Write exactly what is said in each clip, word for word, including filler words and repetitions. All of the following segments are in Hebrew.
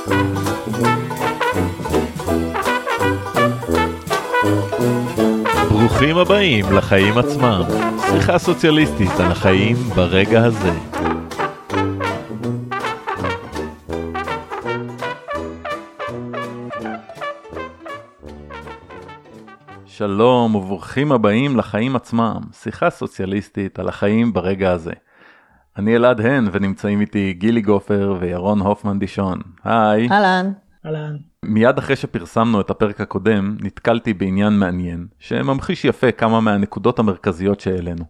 ברוכים הבאים לחיים עצמם, שיחה סוציאליסטית על החיים ברגע הזה. שלום וברוכים הבאים לחיים עצמם, שיחה סוציאליסטית על החיים ברגע הזה. אני אלעד הן ונמצאים איתי גילי גופר וירון הופמן דישון. היי. אהלן. אהלן. מיד אחרי שפרסמנו את הפרק הקודם, נתקלתי בעניין מעניין, שממחיש יפה כמה מהנקודות המרכזיות שהעלינו.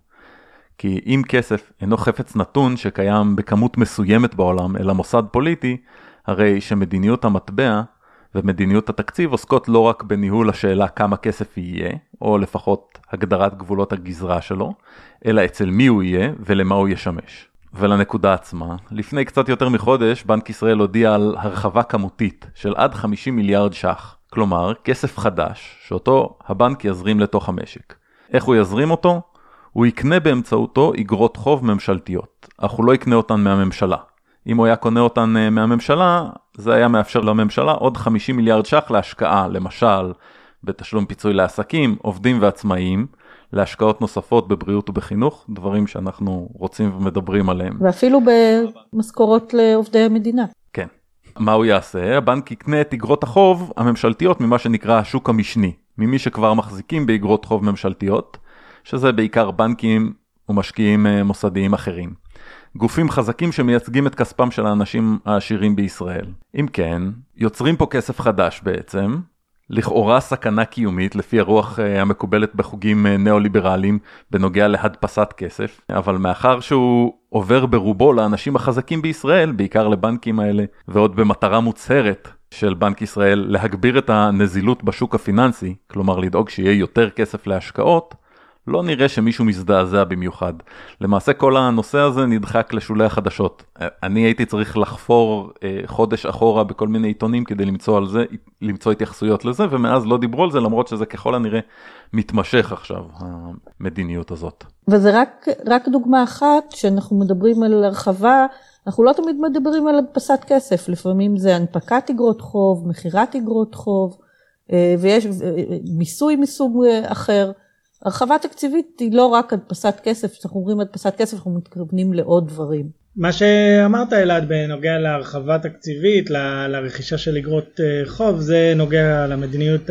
כי אם כסף אינו חפץ נתון שקיים בכמות מסוימת בעולם, אלא מוסד פוליטי, הרי שמדיניות המטבע ומדיניות התקציב עוסקות לא רק בניהול השאלה כמה כסף יהיה, או לפחות הגדרת גבולות הגזרה שלו, אלא אצל מי הוא יהיה ולמה הוא ישמש. ולנקודה עצמה, לפני קצת יותר מחודש, בנק ישראל הודיע על הרחבה כמותית של עד חמישים מיליארד ש"ח. כלומר, כסף חדש, שאותו הבנק יזרים לתוך המשק. איך הוא יזרים אותו? הוא יקנה באמצעותו אגרות חוב ממשלתיות, אך הוא לא יקנה אותן מהממשלה. אם הוא היה קונה אותן מהממשלה, זה היה מאפשר לממשלה עוד חמישים מיליארד ש"ח להשקעה, למשל, בתשלום פיצוי לעסקים, עובדים ועצמאיים, להשקעות נוספות בבריאות ובחינוך, דברים שאנחנו רוצים ומדברים עליהם. ואפילו במשכורות לעובדי המדינה. כן. מה הוא יעשה? הבנק יקנה את אגרות החוב הממשלתיות ממה שנקרא השוק המשני, ממי שכבר מחזיקים באגרות חוב ממשלתיות, שזה בעיקר בנקים ומשקיעים מוסדיים אחרים. גופים חזקים שמייצגים את כספם של האנשים העשירים בישראל. אם כן, יוצרים פה כסף חדש בעצם, לכאורה סכנה קיומית לפי הרוח המקובלת בחוגים נאו-ליברליים בנוגע להדפסת כסף, אבל מאחר שהוא עובר ברובו לאנשים החזקים בישראל, בעיקר לבנקים האלה, ועוד במטרה מוצהרת של בנק ישראל להגביר את הנזילות בשוק הפיננסי, כלומר לדאוג שיהיה יותר כסף להשקעות, לא נראה שמישהו מזדעזע במיוחד. למעשה כל הנושא הזה נדחק לשולי החדשות. אני הייתי צריך לחפור אה, חודש אחורה בכל מיני עיתונים כדי למצוא על זה, למצוא התייחסויות לזה, ומאז לא דיברו על זה, למרות שזה ככל הנראה מתמשך עכשיו, המדיניות הזאת. וזה רק, רק דוגמה אחת, שאנחנו מדברים על הרחבה, אנחנו לא תמיד מדברים על הדפסת כסף, לפעמים זה הנפקת אגרות חוב, מחירת אגרות חוב, אה, ויש אה, מיסוי מסוג אחר, הרחבה תקציבית היא לא רק הדפסת כסף, כשאנחנו אומרים הדפסת כסף, אנחנו מתכוונים לעוד דברים. מה שאמרת אלעד בנוגע להרחבה תקציבית, ל- לרכישה של אגרות חוב, זה נוגע למדיניות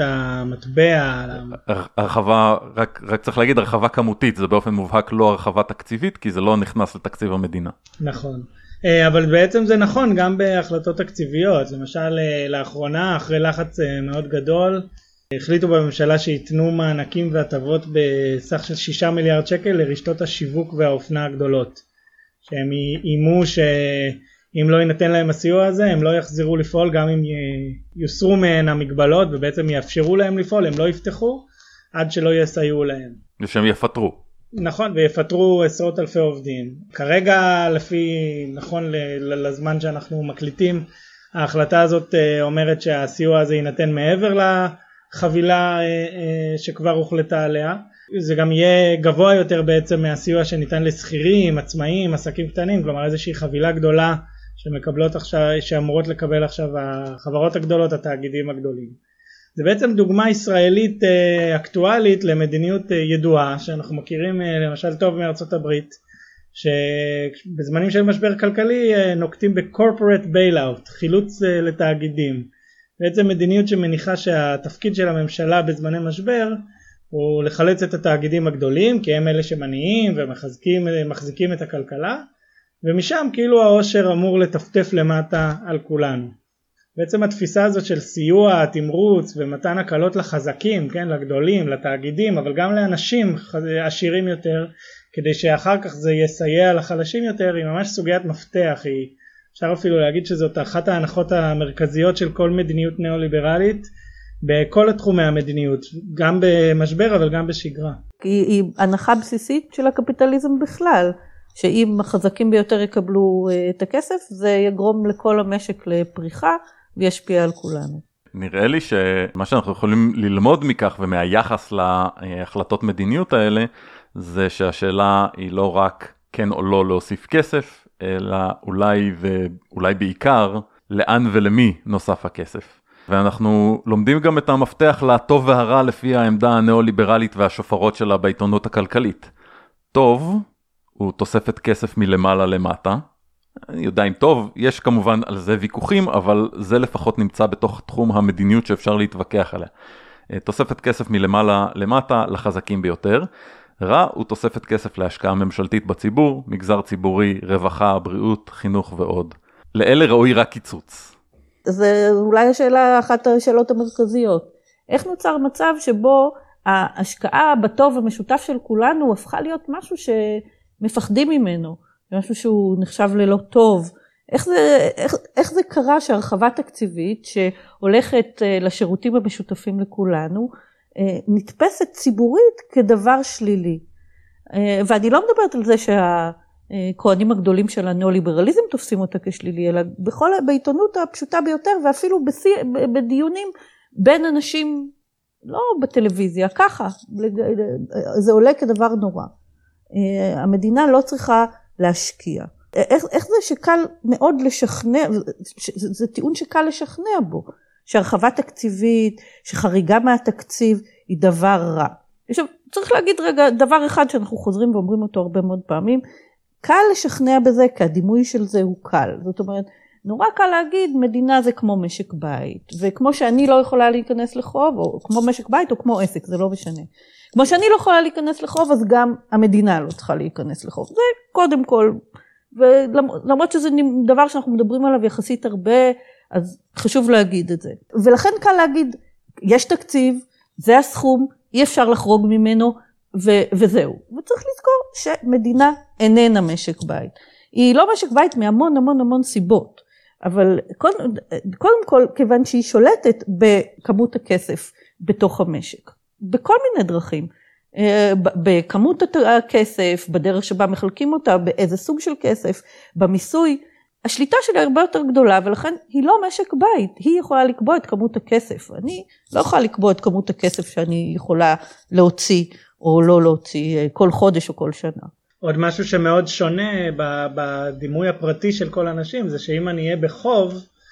המטבע. הרחבה, רק, רק צריך להגיד, הרחבה כמותית, זה באופן מובהק לא הרחבה תקציבית, כי זה לא נכנס לתקציב המדינה. נכון. אבל בעצם זה נכון גם בהחלטות תקציביות, למשל לאחרונה, אחרי לחץ מאוד גדול, החליטו בממשלה שיתנו מענקים והטבות בסך של שישה מיליארד שקל לרשתות השיווק והאופנה הגדולות. שהם אימו שאם לא יינתן להם הסיוע הזה, הם לא יחזרו לפעול, גם אם יוסרו מהן המגבלות ובעצם יאפשרו להם לפעול, הם לא יפתחו עד שלא יסייעו להם. ושהם יפטרו. נכון, ויפטרו עשרות אלפי עובדים. כרגע, לפי, נכון לזמן שאנחנו מקליטים, ההחלטה הזאת אומרת שהסיוע הזה יינתן מעבר ל... חבילה שכבר הוחלטה עליה. זה גם יהיה גבוה יותר בעצם מהסיוע שניתן לשכירים, עצמאים, עסקים קטנים, כלומר איזושהי חבילה גדולה שמקבלות עכשיו, שאמורות לקבל עכשיו החברות הגדולות, התאגידים הגדולים. זה בעצם דוגמה ישראלית אקטואלית למדיניות ידועה שאנחנו מכירים למשל טוב מארצות הברית, שבזמנים של משבר כלכלי נוקטים ב-corporate bailout, חילוץ לתאגידים. בעצם מדיניות שמניחה שהתפקיד של הממשלה בזמני משבר הוא לחלץ את התאגידים הגדולים, כי הם אלה שמניעים ומחזקים, מחזיקים את הכלכלה, ומשם כאילו העושר אמור לטפטף למטה על כולנו. בעצם התפיסה הזאת של סיוע, תמרוץ ומתן הקלות לחזקים, כן, לגדולים, לתאגידים, אבל גם לאנשים עשירים יותר, כדי שאחר כך זה יסייע לחלשים יותר, היא ממש סוגיית מפתח, היא אפשר אפילו להגיד שזאת אחת ההנחות המרכזיות של כל מדיניות נאו-ליברלית, בכל התחומי המדיניות, גם במשבר אבל גם בשגרה. היא, היא הנחה בסיסית של הקפיטליזם בכלל, שאם החזקים ביותר יקבלו את הכסף, זה יגרום לכל המשק לפריחה וישפיע על כולנו. נראה לי שמה שאנחנו יכולים ללמוד מכך ומהיחס להחלטות מדיניות האלה, זה שהשאלה היא לא רק כן או לא להוסיף כסף, אלא אולי ואולי בעיקר לאן ולמי נוסף הכסף. ואנחנו לומדים גם את המפתח לטוב והרע לפי העמדה הנאו-ליברלית והשופרות שלה בעיתונות הכלכלית. טוב הוא תוספת כסף מלמעלה למטה. אני יודע אם טוב, יש כמובן על זה ויכוחים, אבל זה לפחות נמצא בתוך תחום המדיניות שאפשר להתווכח עליה. תוספת כסף מלמעלה למטה לחזקים ביותר. רע הוא תוספת כסף להשקעה ממשלתית בציבור, מגזר ציבורי, רווחה, בריאות, חינוך ועוד. לאלה ראוי רק קיצוץ. זה אולי השאלה, אחת השאלות המרכזיות. איך נוצר מצב שבו ההשקעה בטוב המשותף של כולנו הפכה להיות משהו שמפחדים ממנו, משהו שהוא נחשב ללא טוב? איך זה, איך, איך זה קרה שהרחבה תקציבית שהולכת לשירותים המשותפים לכולנו, נתפסת ציבורית כדבר שלילי? ואני לא מדברת על זה שהכהנים הגדולים של הנאו-ליברליזם תופסים אותה כשלילי, אלא בכל, בעיתונות הפשוטה ביותר, ואפילו בסי, בדיונים בין אנשים, לא בטלוויזיה, ככה, זה עולה כדבר נורא. המדינה לא צריכה להשקיע. איך, איך זה שקל מאוד לשכנע, זה, זה טיעון שקל לשכנע בו, שהרחבה תקציבית, שחריגה מהתקציב היא דבר רע. עכשיו, צריך להגיד רגע דבר אחד שאנחנו חוזרים ואומרים אותו הרבה מאוד פעמים, קל לשכנע בזה כי הדימוי של זה הוא קל. זאת אומרת, נורא קל להגיד מדינה זה כמו משק בית, וכמו שאני לא יכולה להיכנס לחוב, או כמו משק בית או כמו עסק, זה לא משנה. כמו שאני לא יכולה להיכנס לחוב, אז גם המדינה לא צריכה להיכנס לחוב. זה קודם כל, ולמרות שזה דבר שאנחנו מדברים עליו יחסית הרבה, אז חשוב להגיד את זה. ולכן קל להגיד, יש תקציב, זה הסכום, אי אפשר לחרוג ממנו, ו- וזהו. וצריך לזכור שמדינה איננה משק בית. היא לא משק בית מהמון המון המון סיבות, אבל קודם, קודם כל, כיוון שהיא שולטת בכמות הכסף בתוך המשק, בכל מיני דרכים, בכמות הכסף, בדרך שבה מחלקים אותה, באיזה סוג של כסף, במיסוי, השליטה שלה הרבה יותר גדולה, ולכן היא לא משק בית, היא יכולה לקבוע את כמות הכסף. אני לא יכולה לקבוע את כמות הכסף שאני יכולה להוציא או לא להוציא כל חודש או כל שנה. עוד משהו שמאוד שונה בדימוי הפרטי של כל אנשים, זה שאם אני אהיה בחוב,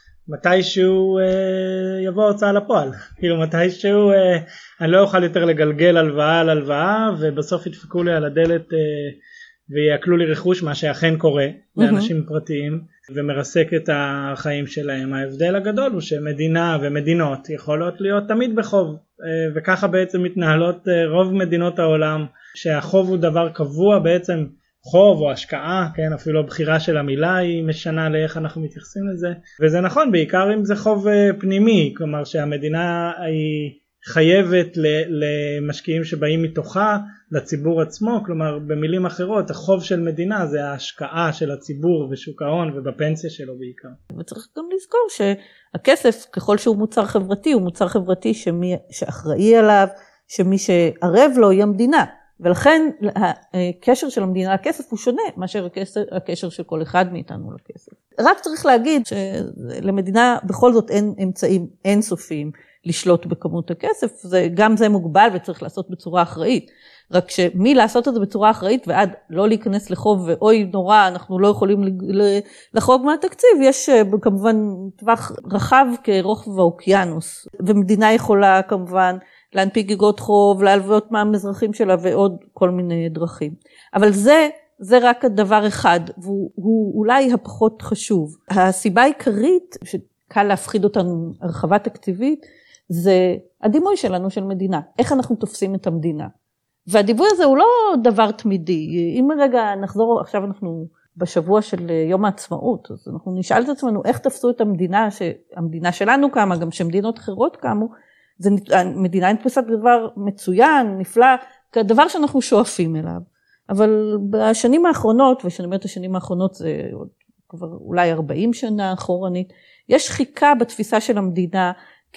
מתישהו אה, יבוא הוצאה לפועל. כאילו מתישהו אה, אני לא אוכל יותר לגלגל הלוואה על הלוואה, ובסוף ידפקו לי על הדלת אה, ויקלו לי רכוש, מה שאכן קורה לאנשים mm-hmm. פרטיים, ומרסק את החיים שלהם. ההבדל הגדול הוא שמדינה ומדינות יכולות להיות תמיד בחוב, אה, וככה בעצם מתנהלות אה, רוב מדינות העולם, שהחוב הוא דבר קבוע בעצם, חוב או השקעה, כן, אפילו הבחירה של המילה היא משנה לאיך אנחנו מתייחסים לזה, וזה נכון בעיקר אם זה חוב פנימי, כלומר שהמדינה היא חייבת למשקיעים שבאים מתוכה, לציבור עצמו, כלומר במילים אחרות החוב של מדינה זה ההשקעה של הציבור בשוק ההון ובפנסיה שלו בעיקר. וצריך גם לזכור שהכסף ככל שהוא מוצר חברתי, הוא מוצר חברתי שמי שאחראי עליו, שמי שערב לו היא המדינה. ולכן הקשר של המדינה לכסף הוא שונה מאשר הקשר של כל אחד מאיתנו לכסף. רק צריך להגיד שלמדינה בכל זאת אין אמצעים אינסופיים לשלוט בכמות הכסף, זה, גם זה מוגבל וצריך לעשות בצורה אחראית. רק שמי לעשות את זה בצורה אחראית ועד לא להיכנס לחוב ואוי נורא אנחנו לא יכולים לחרוג מהתקציב, יש כמובן טווח רחב כרוחב האוקיינוס, ומדינה יכולה כמובן להנפיק איגרות חוב, להלוואות מהמזרחים שלה ועוד כל מיני דרכים. אבל זה, זה רק הדבר אחד, והוא הוא אולי הפחות חשוב. הסיבה העיקרית שקל להפחיד אותנו הרחבה תקציבית, זה הדימוי שלנו של מדינה. איך אנחנו תופסים את המדינה. והדימוי הזה הוא לא דבר תמידי. אם רגע נחזור, עכשיו אנחנו בשבוע של יום העצמאות, אז אנחנו נשאל את עצמנו איך תפסו את המדינה, שהמדינה שלנו קמה, גם שמדינות אחרות קמו, זה מדינה נתפסת דבר מצוין, נפלא, כדבר שאנחנו שואפים אליו. אבל בשנים האחרונות, ושאני אומרת השנים האחרונות זה כבר אולי ארבעים שנה אחורנית, יש שחיקה בתפיסה של המדינה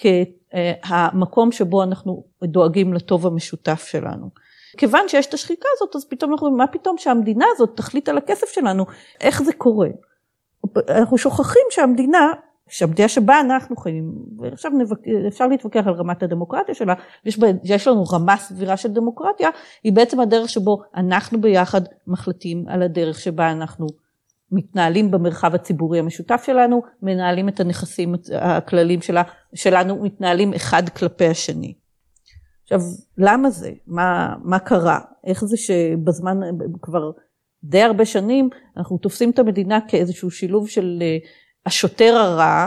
כהמקום שבו אנחנו דואגים לטוב המשותף שלנו. כיוון שיש את השחיקה הזאת, אז פתאום אנחנו, מה פתאום שהמדינה הזאת תחליט על הכסף שלנו, איך זה קורה? אנחנו שוכחים שהמדינה, שהמדינה שבה אנחנו חיים, ועכשיו אפשר להתווכח על רמת הדמוקרטיה שלה, יש, יש לנו רמה סבירה של דמוקרטיה, היא בעצם הדרך שבו אנחנו ביחד מחליטים על הדרך שבה אנחנו מתנהלים במרחב הציבורי המשותף שלנו, מנהלים את הנכסים הכלליים שלה, שלנו, מתנהלים אחד כלפי השני. עכשיו, למה זה? מה, מה קרה? איך זה שבזמן, כבר די הרבה שנים, אנחנו תופסים את המדינה כאיזשהו שילוב של השוטר הרע,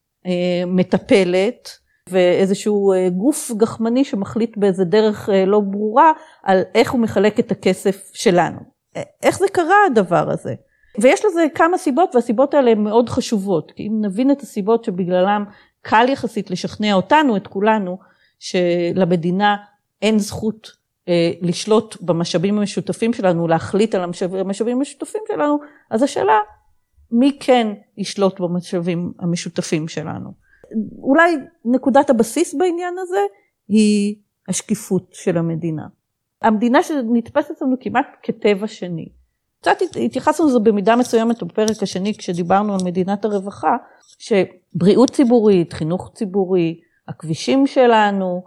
מטפלת, ואיזשהו גוף גחמני שמחליט באיזה דרך לא ברורה, על איך הוא מחלק את הכסף שלנו. איך זה קרה הדבר הזה? ויש לזה כמה סיבות, והסיבות האלה הן מאוד חשובות, כי אם נבין את הסיבות שבגללם קל יחסית לשכנע אותנו, את כולנו, שלמדינה אין זכות אה, לשלוט במשאבים המשותפים שלנו, להחליט על המשאבים המשותפים שלנו, אז השאלה, מי כן ישלוט במשאבים המשותפים שלנו? אולי נקודת הבסיס בעניין הזה, היא השקיפות של המדינה. המדינה שנתפסת לנו כמעט כטבע שני. קצת התייחסנו לזה במידה מסוימת בפרק השני, כשדיברנו על מדינת הרווחה, שבריאות ציבורית, חינוך ציבורי, הכבישים שלנו,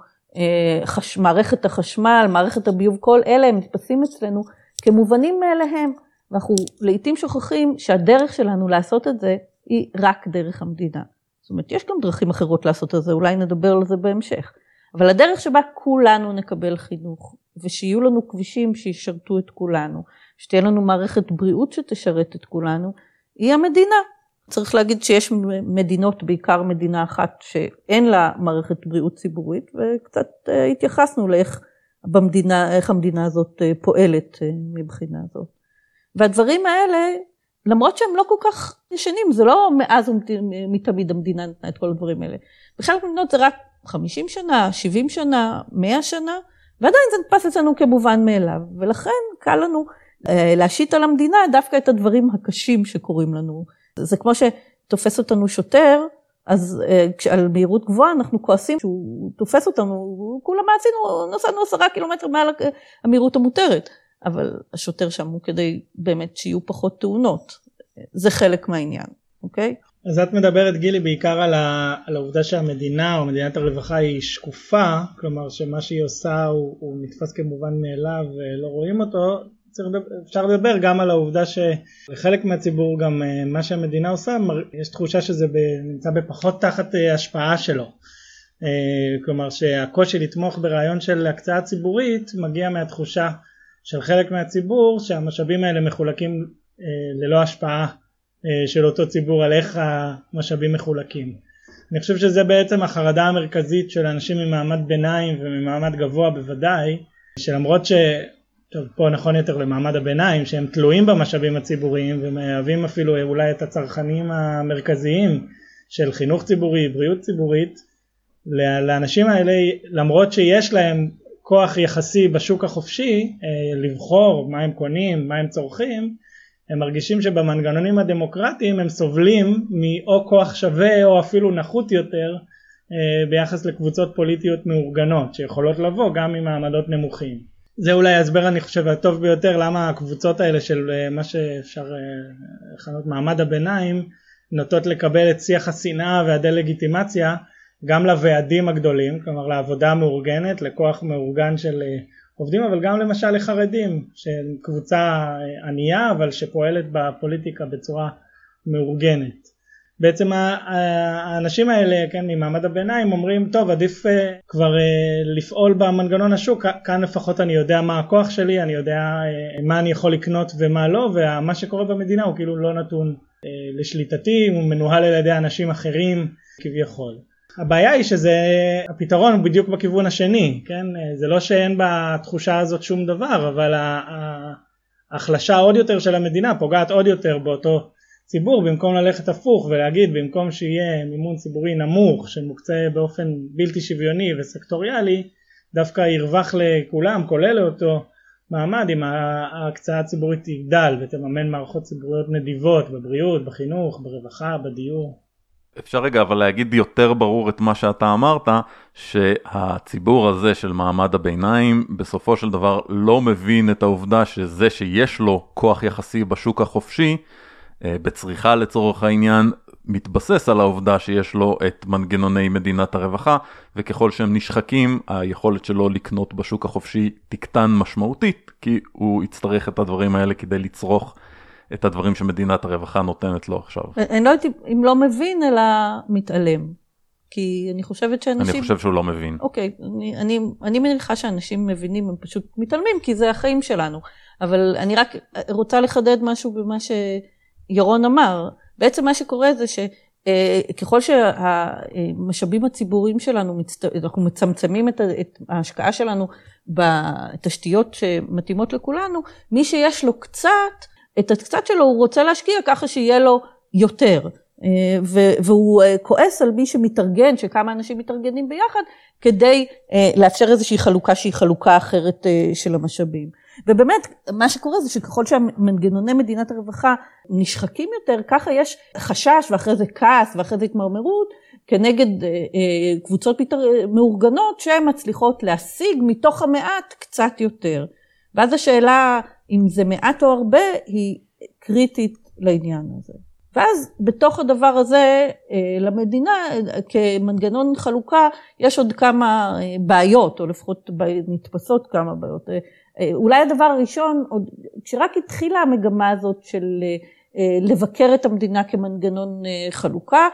מערכת החשמל, מערכת הביוב, כל אלה הם נתפסים אצלנו כמובנים מאליהם. ואנחנו לעתים שוכחים שהדרך שלנו לעשות את זה היא רק דרך המדינה. זאת אומרת, יש גם דרכים אחרות לעשות את זה, אולי נדבר על זה בהמשך. אבל הדרך שבה כולנו נקבל חינוך, ושיהיו לנו כבישים שישרתו את כולנו, שתהיה לנו מערכת בריאות שתשרת את כולנו, היא המדינה. צריך להגיד שיש מדינות, בעיקר מדינה אחת, שאין לה מערכת בריאות ציבורית, וקצת התייחסנו לאיך במדינה, איך המדינה הזאת פועלת מבחינה הזאת. והדברים האלה, למרות שהם לא כל כך ישנים, זה לא מאז ומתמיד המדינה נתנה את כל הדברים האלה. בחלק מהמדינות זה רק חמישים שנה, שבעים שנה, מאה שנה, ועדיין זה נתפס אצלנו כמובן מאליו, ולכן קל לנו להשית על המדינה דווקא את הדברים הקשים שקורים לנו. זה כמו שתופס אותנו שוטר, אז על מהירות גבוהה אנחנו כועסים שהוא תופס אותנו, כולה מה עשינו, נסענו עשרה קילומטר מעל המהירות המותרת, אבל השוטר שם הוא כדי באמת שיהיו פחות תאונות. זה חלק מהעניין, אוקיי? אז את מדברת, גילי, בעיקר על, ה, על העובדה שהמדינה או מדינת הרווחה היא שקופה, כלומר שמה שהיא עושה הוא, הוא נתפס כמובן מאליו ולא רואים אותו. אפשר לדבר גם על העובדה שחלק מהציבור גם מה שהמדינה עושה, יש תחושה שזה נמצא בפחות תחת השפעה שלו. כלומר שהקושי לתמוך ברעיון של הקצאה ציבורית מגיע מהתחושה של חלק מהציבור שהמשאבים האלה מחולקים ללא השפעה של אותו ציבור על איך המשאבים מחולקים. אני חושב שזה בעצם החרדה המרכזית של אנשים ממעמד ביניים וממעמד גבוה בוודאי, שלמרות ש... טוב, פה נכון יותר למעמד הביניים, שהם תלויים במשאבים הציבוריים ומהווים אפילו אולי את הצרכנים המרכזיים של חינוך ציבורי, בריאות ציבורית, לאנשים האלה, למרות שיש להם כוח יחסי בשוק החופשי, לבחור מה הם קונים, מה הם צורכים, הם מרגישים שבמנגנונים הדמוקרטיים הם סובלים מאו כוח שווה או אפילו נחות יותר ביחס לקבוצות פוליטיות מאורגנות, שיכולות לבוא גם ממעמדות נמוכים. זה אולי הסבר, אני חושב, הטוב ביותר למה הקבוצות האלה של מה שאפשר לכנות מעמד הביניים נוטות לקבל את שיח השנאה והדה-לגיטימציה גם לוועדים הגדולים, כלומר לעבודה המאורגנת, לכוח מאורגן של עובדים, אבל גם למשל לחרדים, של קבוצה ענייה אבל שפועלת בפוליטיקה בצורה מאורגנת. בעצם האנשים האלה, כן, ממעמד הביניים אומרים, טוב, עדיף כבר לפעול במנגנון השוק, כאן לפחות אני יודע מה הכוח שלי, אני יודע מה אני יכול לקנות ומה לא, ומה שקורה במדינה הוא כאילו לא נתון לשליטתי, הוא מנוהל על ידי אנשים אחרים כביכול. הבעיה היא שזה, הפתרון הוא בדיוק בכיוון השני, כן, זה לא שאין בתחושה הזאת שום דבר, אבל ההחלשה עוד יותר של המדינה פוגעת עוד יותר באותו ציבור, במקום ללכת הפוך ולהגיד, במקום שיהיה מימון ציבורי נמוך שמוקצה באופן בלתי שוויוני וסקטוריאלי, דווקא ירווח לכולם, כולל לאותו מעמד, אם ההקצאה הציבורית תגדל ותממן מערכות ציבוריות נדיבות בבריאות, בחינוך, ברווחה, בדיור. אפשר רגע אבל להגיד יותר ברור את מה שאתה אמרת, שהציבור הזה של מעמד הביניים בסופו של דבר לא מבין את העובדה שזה שיש לו כוח יחסי בשוק החופשי, בצריכה לצורך העניין, מתבסס על העובדה שיש לו את מנגנוני מדינת הרווחה, וככל שהם נשחקים, היכולת שלו לקנות בשוק החופשי תקטן משמעותית, כי הוא יצטרך את הדברים האלה כדי לצרוך את הדברים שמדינת הרווחה נותנת לו עכשיו. אני לא יודעת אם לא מבין, אלא מתעלם. כי אני חושבת שאנשים... אני חושב שהוא לא מבין. אוקיי, אני, אני, אני מניחה שאנשים מבינים, הם פשוט מתעלמים, כי זה החיים שלנו. אבל אני רק רוצה לחדד משהו במה שירון אמר. בעצם מה שקורה זה שככל שהמשאבים הציבוריים שלנו, אנחנו מצמצמים את ההשקעה שלנו בתשתיות שמתאימות לכולנו, מי שיש לו קצת, את הקצת שלו הוא רוצה להשקיע ככה שיהיה לו יותר. והוא כועס על מי שמתארגן, שכמה אנשים מתארגנים ביחד, כדי לאפשר איזושהי חלוקה שהיא חלוקה אחרת של המשאבים. ובאמת, מה שקורה זה שככל שהמנגנוני מדינת הרווחה נשחקים יותר, ככה יש חשש, ואחרי זה כעס, ואחרי זה התמרמרות, כנגד קבוצות מאורגנות, שהן מצליחות להשיג מתוך המעט קצת יותר. ואז השאלה, אם זה מעט או הרבה, היא קריטית לעניין הזה. ואז בתוך הדבר הזה, למדינה, כמנגנון חלוקה, יש עוד כמה בעיות, או לפחות נתפסות כמה בעיות. אולי הדבר הראשון, כשרק התחילה המגמה הזאת של לבקר את המדינה כמנגנון חלוקה,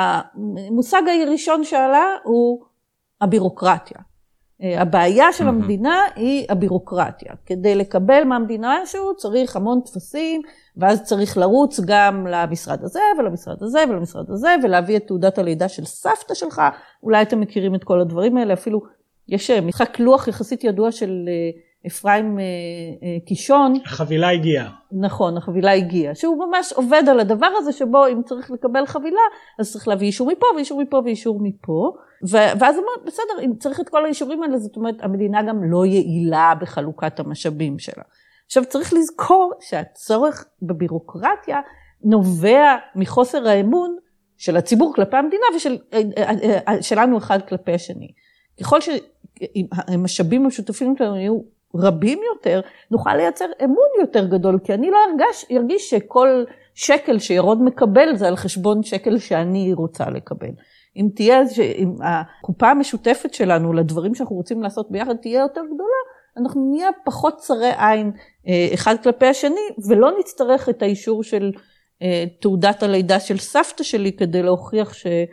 המושג הראשון שעלה הוא הבירוקרטיה. הבעיה של המדינה היא הבירוקרטיה. כדי לקבל מהמדינה שהוא צריך המון תפסים, ואז צריך לרוץ גם למשרד הזה ולמשרד הזה ולמשרד הזה, ולהביא את תעודת הלידה של סבתא שלך. אולי אתם מכירים את כל הדברים האלה, אפילו יש משחק לוח יחסית ידוע של אפרים קישון. החבילה הגיעה. נכון, החבילה הגיעה, שהוא ממש עובד על הדבר הזה שבו אם צריך לקבל חבילה, אז צריך להביא אישור מפה ואישור מפה ואישור מפה, ואז הוא אומר, בסדר, אם צריך את כל האישורים האלה, זאת אומרת, המדינה גם לא יעילה בחלוקת המשאבים שלה. עכשיו צריך לזכור שהצורך בבירוקרטיה נובע מחוסר האמון של הציבור כלפי המדינה ושלנו אחד כלפי השני. ככל שהמשאבים המשותפים שלנו יהיו רבים יותר, נוכל לייצר אמון יותר גדול, כי אני לא ארגש, ארגיש שכל שקל שירוד מקבל זה על חשבון שקל שאני רוצה לקבל. אם תהיה, אם הקופה המשותפת שלנו לדברים שאנחנו רוצים לעשות ביחד תהיה יותר גדולה, אנחנו נהיה פחות צרי עין אחד כלפי השני, ולא נצטרך את האישור של תעודת הלידה של סבתא שלי, כדי להוכיח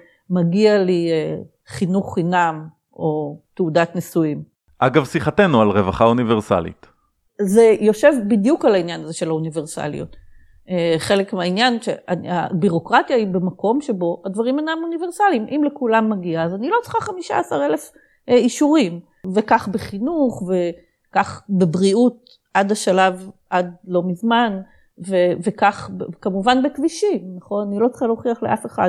שמגיע לי חינוך חינם או תעודת נישואים. אגב, שיחתנו על רווחה אוניברסלית. זה יושב בדיוק על העניין הזה של האוניברסליות. חלק מהעניין שהבירוקרטיה היא במקום שבו הדברים אינם אוניברסליים. אם לכולם מגיע, אז אני לא צריכה חמישה עשר אלף אישורים, וכך בחינוך וכך בבריאות עד השלב, עד לא מזמן, ו- וכך כמובן בכבישים, נכון? אני לא צריכה להוכיח לאף אחד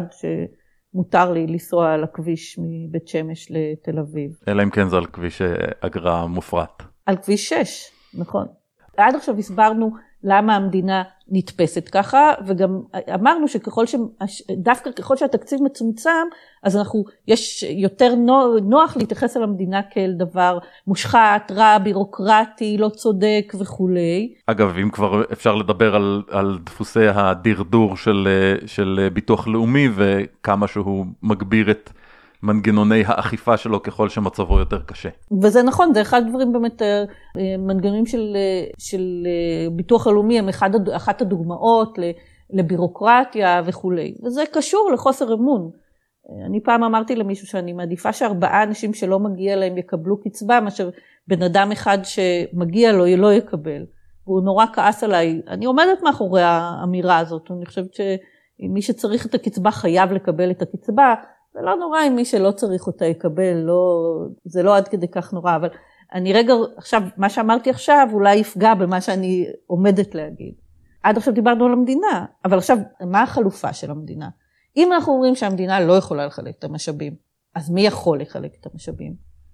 שמותר לי לנסוע על הכביש מבית שמש לתל אביב. אלא אם כן זה על כביש אגרה מופרט. על כביש שש, נכון. עד עכשיו הסברנו למה המדינה נתפסת ככה, וגם אמרנו שככל ש... דווקא ככל שהתקציב מצומצם, אז אנחנו, יש יותר נוח להתייחס על המדינה כאל דבר מושחת, רע, בירוקרטי, לא צודק וכו'. אגב, אם כבר אפשר לדבר על, על דפוסי הדרדור של, של ביטוח לאומי, וכמה שהוא מגביר את מנגנוני האכיפה שלו ככל שמצבו יותר קשה. וזה נכון, זה אחד הדברים באמת, מנגנונים של, של ביטוח הלאומי, הם אחד, אחת הדוגמאות לבירוקרטיה וכו'. וזה קשור לחוסר אמון. אני פעם אמרתי למישהו שאני מעדיפה שארבעה אנשים שלא מגיע להם יקבלו קצבה, מאשר בן אדם אחד שמגיע לו לא יקבל. והוא נורא כעס עליי. אני עומדת מאחורי האמירה הזאת. אני חושבת שמי שצריך את הקצבה חייב לקבל את הקצבה, זה לא נורא אם מי שלא צריך אותה יקבל, לא, זה לא עד כדי כך נורא, אבל אני רגע, עכשיו, מה שאמרתי עכשיו אולי יפגע במה שאני עומדת להגיד. עד עכשיו דיברנו על המדינה, אבל עכשיו, מה החלופה של המדינה? אם אנחנו אומרים שהמדינה לא יכולה לחלק את המשאבים, אז מי יכול לחלק את המשאבים?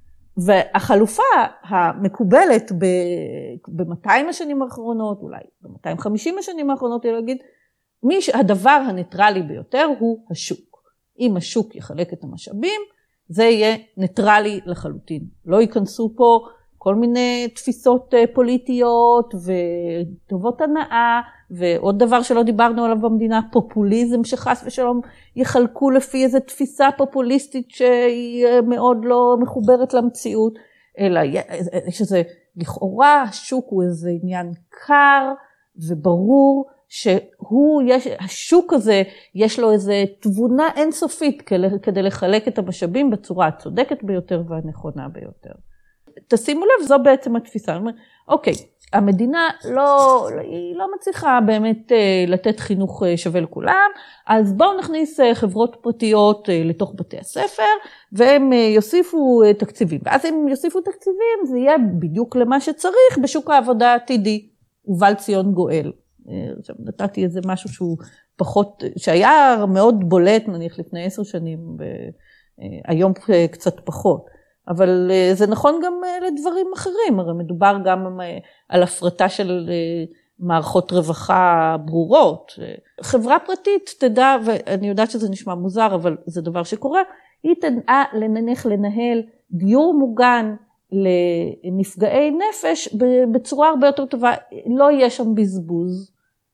והחלופה המקובלת ב-מאתיים השנים האחרונות, אולי ב-מאתיים וחמישים השנים האחרונות, היא להגיד, מי שהדבר הניטרלי ביותר הוא השוק. אם השוק יחלק את המשאבים, זה יהיה ניטרלי לחלוטין. לא ייכנסו פה כל מיני תפיסות פוליטיות וטובות הנאה, ועוד דבר שלא דיברנו עליו במדינה, פופוליזם שחס ושלום יחלקו לפי איזו תפיסה פופוליסטית שהיא מאוד לא מחוברת למציאות, אלא שזה לכאורה השוק הוא איזה עניין קר וברור, שהוא, יש, השוק הזה, יש לו איזה תבונה אינסופית כדי לחלק את המשאבים בצורה הצודקת ביותר והנכונה ביותר. תשימו לב, זו בעצם התפיסה. אוקיי, המדינה לא, היא לא מצליחה באמת לתת חינוך שווה לכולם, אז בואו נכניס חברות פרטיות לתוך בתי הספר, והם יוסיפו תקציבים. ואז הם יוסיפו תקציבים, זה יהיה בדיוק למה שצריך בשוק העבודה העתידי, ובא לציון גואל. עכשיו נתתי איזה משהו שהוא פחות, שהיה מאוד בולט נניח לפני עשר שנים, היום קצת פחות. אבל זה נכון גם לדברים אחרים, הרי מדובר גם על הפרטה של מערכות רווחה ברורות. חברה פרטית תדע, ואני יודעת שזה נשמע מוזר, אבל זה דבר שקורה, היא תדע לנניח לנהל דיור מוגן לנפגעי נפש בצורה הרבה יותר טובה, לא יהיה שם בזבוז.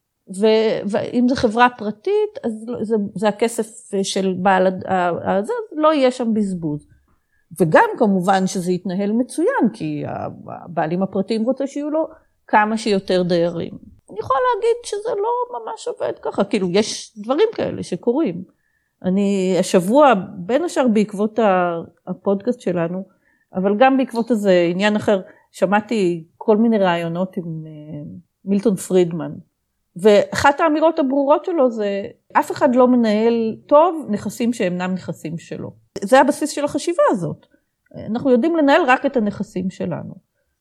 ואם זה חברה פרטית, אז זה, זה הכסף של בעל הזה, לא יהיה שם בזבוז. וגם כמובן שזה יתנהל מצוין, כי הבעלים הפרטיים רוצה שיהיו לו כמה שיותר דיירים. אני יכולה להגיד שזה לא ממש עובד ככה, כאילו יש דברים כאלה שקורים. אני השבוע, בין השאר בעקבות הפודקאסט שלנו, אבל גם בעקבות איזה עניין אחר, שמעתי כל מיני רעיונות עם מילטון פרידמן, ואחת האמירות הברורות שלו זה, אף אחד לא מנהל טוב נכסים שאינם נכסים שלו. זה הבסיס של החשיבה הזאת. אנחנו יודעים לנהל רק את הנכסים שלנו.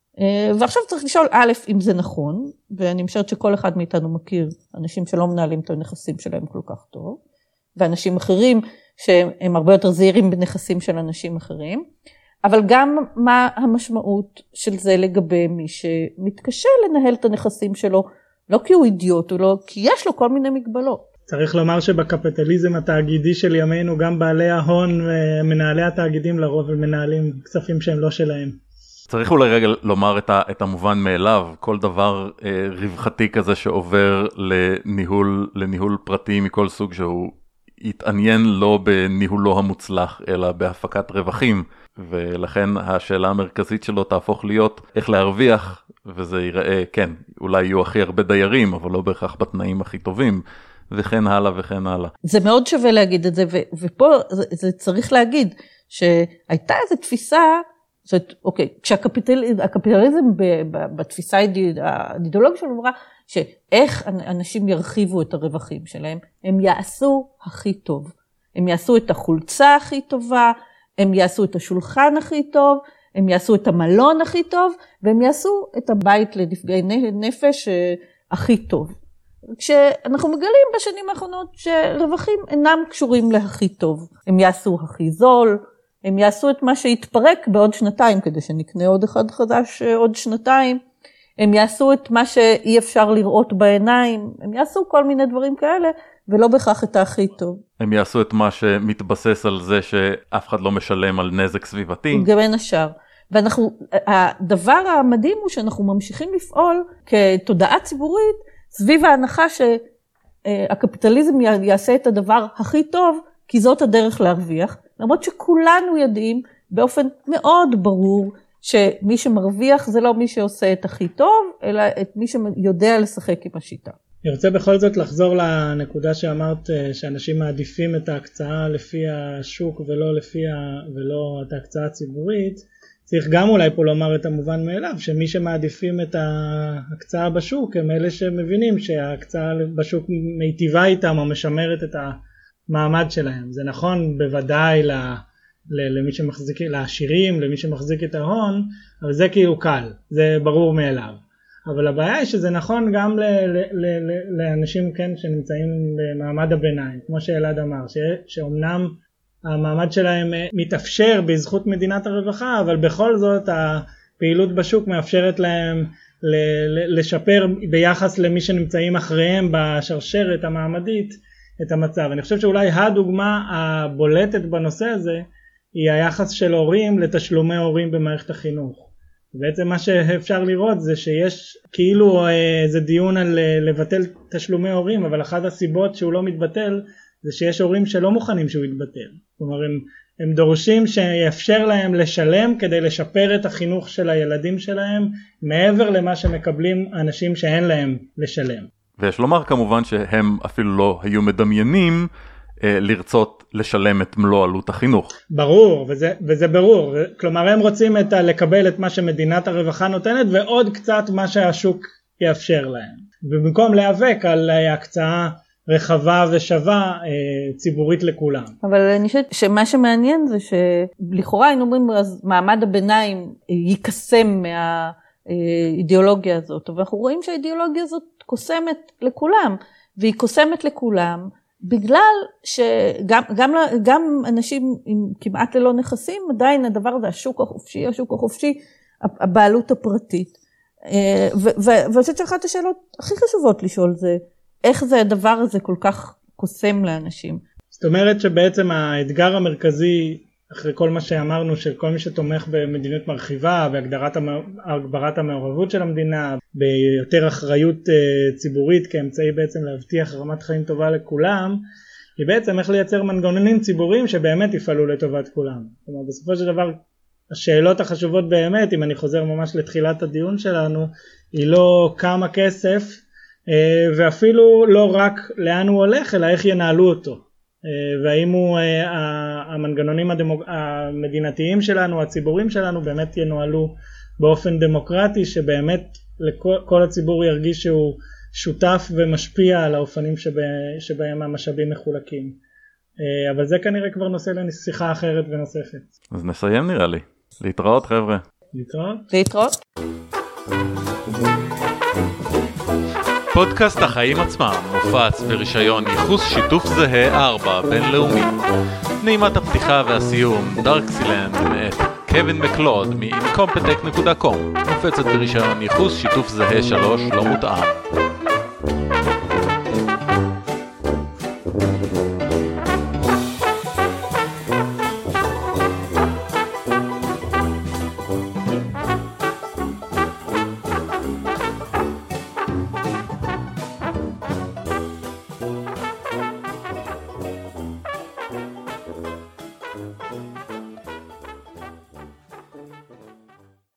ועכשיו צריך לשאול, א', אם זה נכון, ואני משערת שכל אחד מאיתנו מכיר אנשים שלא מנהלים את הנכסים שלהם כל כך טוב, ואנשים אחרים שהם הרבה יותר זהירים בנכסים של אנשים אחרים, אבל גם מה המשמעות של זה לגבי מי שמתקשה לנהל את הנכסים שלו, לא כי הוא אידיוט, לא, כי יש לו כל מיני מגבלות. צריך לומר שבקפיטליזם התאגידי של ימינו, גם בעלי ההון ומנהלי התאגידים לרוב מנהלים כספים שהם לא שלהם. צריך אולי רגע לומר את, ה, את המובן מאליו, כל דבר אה, רווחתי כזה שעובר לניהול, לניהול פרטי מכל סוג שהוא יתעניין לא בניהולו המוצלח, אלא בהפקת רווחים, ולכן השאלה המרכזית שלו תהפוך להיות איך להרוויח, וזה ייראה, כן, אולי יהיו הכי הרבה דיירים, אבל לא בהכרח בתנאים הכי טובים, וכן הלאה וכן הלאה. זה מאוד שווה להגיד את זה, ו- ופה זה, זה צריך להגיד, שהייתה איזו תפיסה, זאת, אוקיי, כשהקפיטליזם בתפיסה האידיאולוגית שלו אמרה, שאיך אנשים ירחיבו את הרווחים שלהם, הם יעשו הכי טוב. הם יעשו את החולצה הכי טובה, הם יעשו את השולחן הכי טוב, הם יעשו את המלון הכי טוב, והם יעשו את הבית לנפגעי נפש הכי טוב. כשאנחנו מגלים בשנים האחרונות שרווחים אינם קשורים להכי טוב. הם יעשו הכי זול, הם יעשו את מה שיתפרק בעוד שנתיים, כדי שנקנה עוד אחד חדש עוד שנתיים. הם יעשו את מה שאי אפשר לראות בעיניים, הם יעשו כל מיני דברים כאלה, ולא בכך את הכי טוב. הם יעשו את מה שמתבסס על זה שאף אחד לא משלם על נזק סביבתי. גם בין השאר. ואנחנו, הדבר המדהים הוא שאנחנו ממשיכים לפעול כתודעה ציבורית, סביב ההנחה שהקפיטליזם יעשה את הדבר הכי טוב, כי זאת הדרך להרוויח, למרות שכולנו יודעים באופן מאוד ברור, שמי שמרוויח זה לא מי שעושה את הכי טוב, אלא את מי שיודע לשחק עם השיטה. אני רוצה בכל זאת לחזור לנקודה שאמרת, שאנשים מעדיפים את ההקצאה לפי השוק ולא לפי ה... ולא את ההקצאה הציבורית. צריך גם אולי פה לומר את המובן מאליו, שמי שמעדיפים את ההקצאה בשוק, הם אלה שמבינים שההקצאה בשוק מיטיבה איתם או משמרת את המעמד שלהם. זה נכון בוודאי ל... למי שמחזיק, לעשירים, למי שמחזיק את ההון, אבל זה כאילו קל, זה ברור מאליו. אבל הבעיה היא שזה נכון גם ל, ל, ל, ל, לאנשים כן שנמצאים במעמד הביניים, כמו שאלעד אמר, ש, שאומנם המעמד שלהם מתאפשר בזכות מדינת הרווחה, אבל בכל זאת הפעילות בשוק מאפשרת להם ל, ל, לשפר ביחס למי שנמצאים אחריהם בשרשרת המעמדית את המצב. אני חושב שאולי הדוגמה הבולטת בנושא הזה, היא היחס של הורים לתשלומי הורים במערכת החינוך. בעצם מה שאפשר לראות זה שיש כאילו איזה דיון על לבטל תשלומי הורים, אבל אחת הסיבות שהוא לא מתבטל זה שיש הורים שלא מוכנים שהוא יתבטל. כלומר הם, הם דורשים שיאפשר להם לשלם כדי לשפר את החינוך של הילדים שלהם מעבר למה שמקבלים אנשים שאין להם לשלם. ויש לומר כמובן שהם אפילו לא היו מדמיינים אה, לרצות לשלם את מלוא עלות החינוך. ברור, וזה, וזה ברור. כלומר, הם רוצים את ה, לקבל את מה שמדינת הרווחה נותנת, ועוד קצת מה שהשוק יאפשר להם. ובמקום להיאבק על הקצאה רחבה ושווה ציבורית לכולם. אבל אני חושבת שמה שמעניין זה שלכאורה היינו אומרים, אז מעמד הביניים ייקסם מהאידיאולוגיה הזאת, ואנחנו רואים שהאידיאולוגיה הזאת קוסמת לכולם, והיא קוסמת לכולם, בגלל שגם גם, גם אנשים עם כמעט ללא נכסים, עדיין הדבר הזה, השוק החופשי, השוק החופשי, הבעלות הפרטית. ואני חושבת שאחת השאלות הכי חשובות לשאול זה, איך זה הדבר הזה כל כך קוסם לאנשים? זאת אומרת שבעצם האתגר המרכזי, אחרי כל מה שאמרנו, של כל מי שתומך במדיניות מרחיבה, בהגברת המעורבות של המדינה, ביותר אחריות ציבורית, כאמצעי בעצם להבטיח רמת חיים טובה לכולם, היא בעצם איך לייצר מנגנונים ציבוריים שבאמת יפעלו לטובת כולם. זאת אומרת, בסופו של דבר, השאלות החשובות באמת, אם אני חוזר ממש לתחילת הדיון שלנו, היא לא כמה כסף, ואפילו לא רק לאן הוא הולך, אלא איך ינהלו אותו. והאם הוא, המנגנונים המדינתיים שלנו, הציבוריים שלנו, באמת ינוהלו באופן דמוקרטי, שבאמת כל הציבור ירגיש שהוא שותף ומשפיע על האופנים שבהם המשאבים מחולקים. אבל זה כנראה כבר נושא לשיחה אחרת ונוספת. אז נסיים נראה לי. להתראות חבר'ה. להתראות. להתראות. פודקאסט החיים עצמם מופץ ברישיון ייחוס שיתוף זהה ארבע בינלאומי. נעימת הפתיחה והסיום דארקסילנד מאת קווין מקלוד מ-incompetech דוט קום מופצת ברישיון ייחוס שיתוף זהה שלוש לא מותאם.